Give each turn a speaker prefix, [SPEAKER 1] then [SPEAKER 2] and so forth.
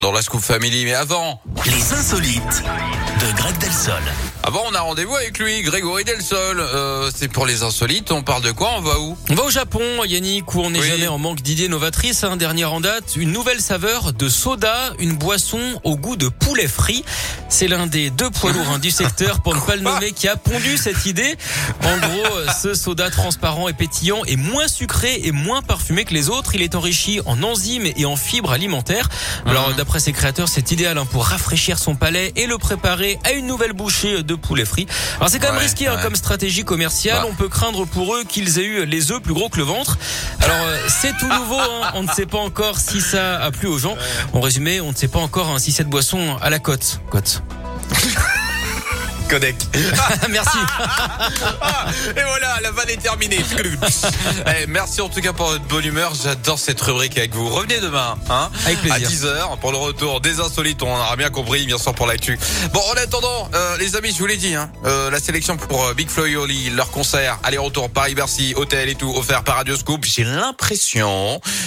[SPEAKER 1] Dans la Scoop Family, mais avant...
[SPEAKER 2] Les insolites de Greg Delsol.
[SPEAKER 1] Avant, on a rendez-vous avec lui, Grégory Delsol. C'est pour les insolites, on parle de quoi? On va où?
[SPEAKER 3] On va au Japon, Yannick, où on n'est jamais en manque d'idées novatrices. Dernière en date, une nouvelle saveur de soda, une boisson au goût de poulet frit. C'est l'un des deux poids lourds du secteur, pour ne pas le nommer, qui a pondu cette idée. En gros, ce soda transparent et pétillant est moins sucré et moins parfumé que les autres. Il est enrichi en enzymes et en fibres alimentaires. Alors, d'après ses créateurs, c'est idéal pour rafraîchir son palais et le préparer à une nouvelle bouchée de poulet frit. Alors c'est quand même risqué comme stratégie commerciale. On peut craindre pour eux qu'ils aient eu les œufs plus gros que le ventre. Alors c'est tout nouveau, on ne sait pas encore si ça a plu aux gens. En résumé, on ne sait pas encore si cette boisson a la cote.
[SPEAKER 1] Codec.
[SPEAKER 3] Merci.
[SPEAKER 1] Et voilà, la vanne est terminée. Merci en tout cas pour votre bonne humeur. J'adore cette rubrique avec vous. Revenez demain,
[SPEAKER 3] avec plaisir.
[SPEAKER 1] À 10h pour le retour des insolites. On aura bien compris, bien sûr, pour l'actu. Bon, en attendant, les amis, je vous l'ai dit, la sélection pour Big Flo et Oli, leur concert, aller-retour Paris-Bercy, hôtel et tout, offert par Radio Scoop. J'ai l'impression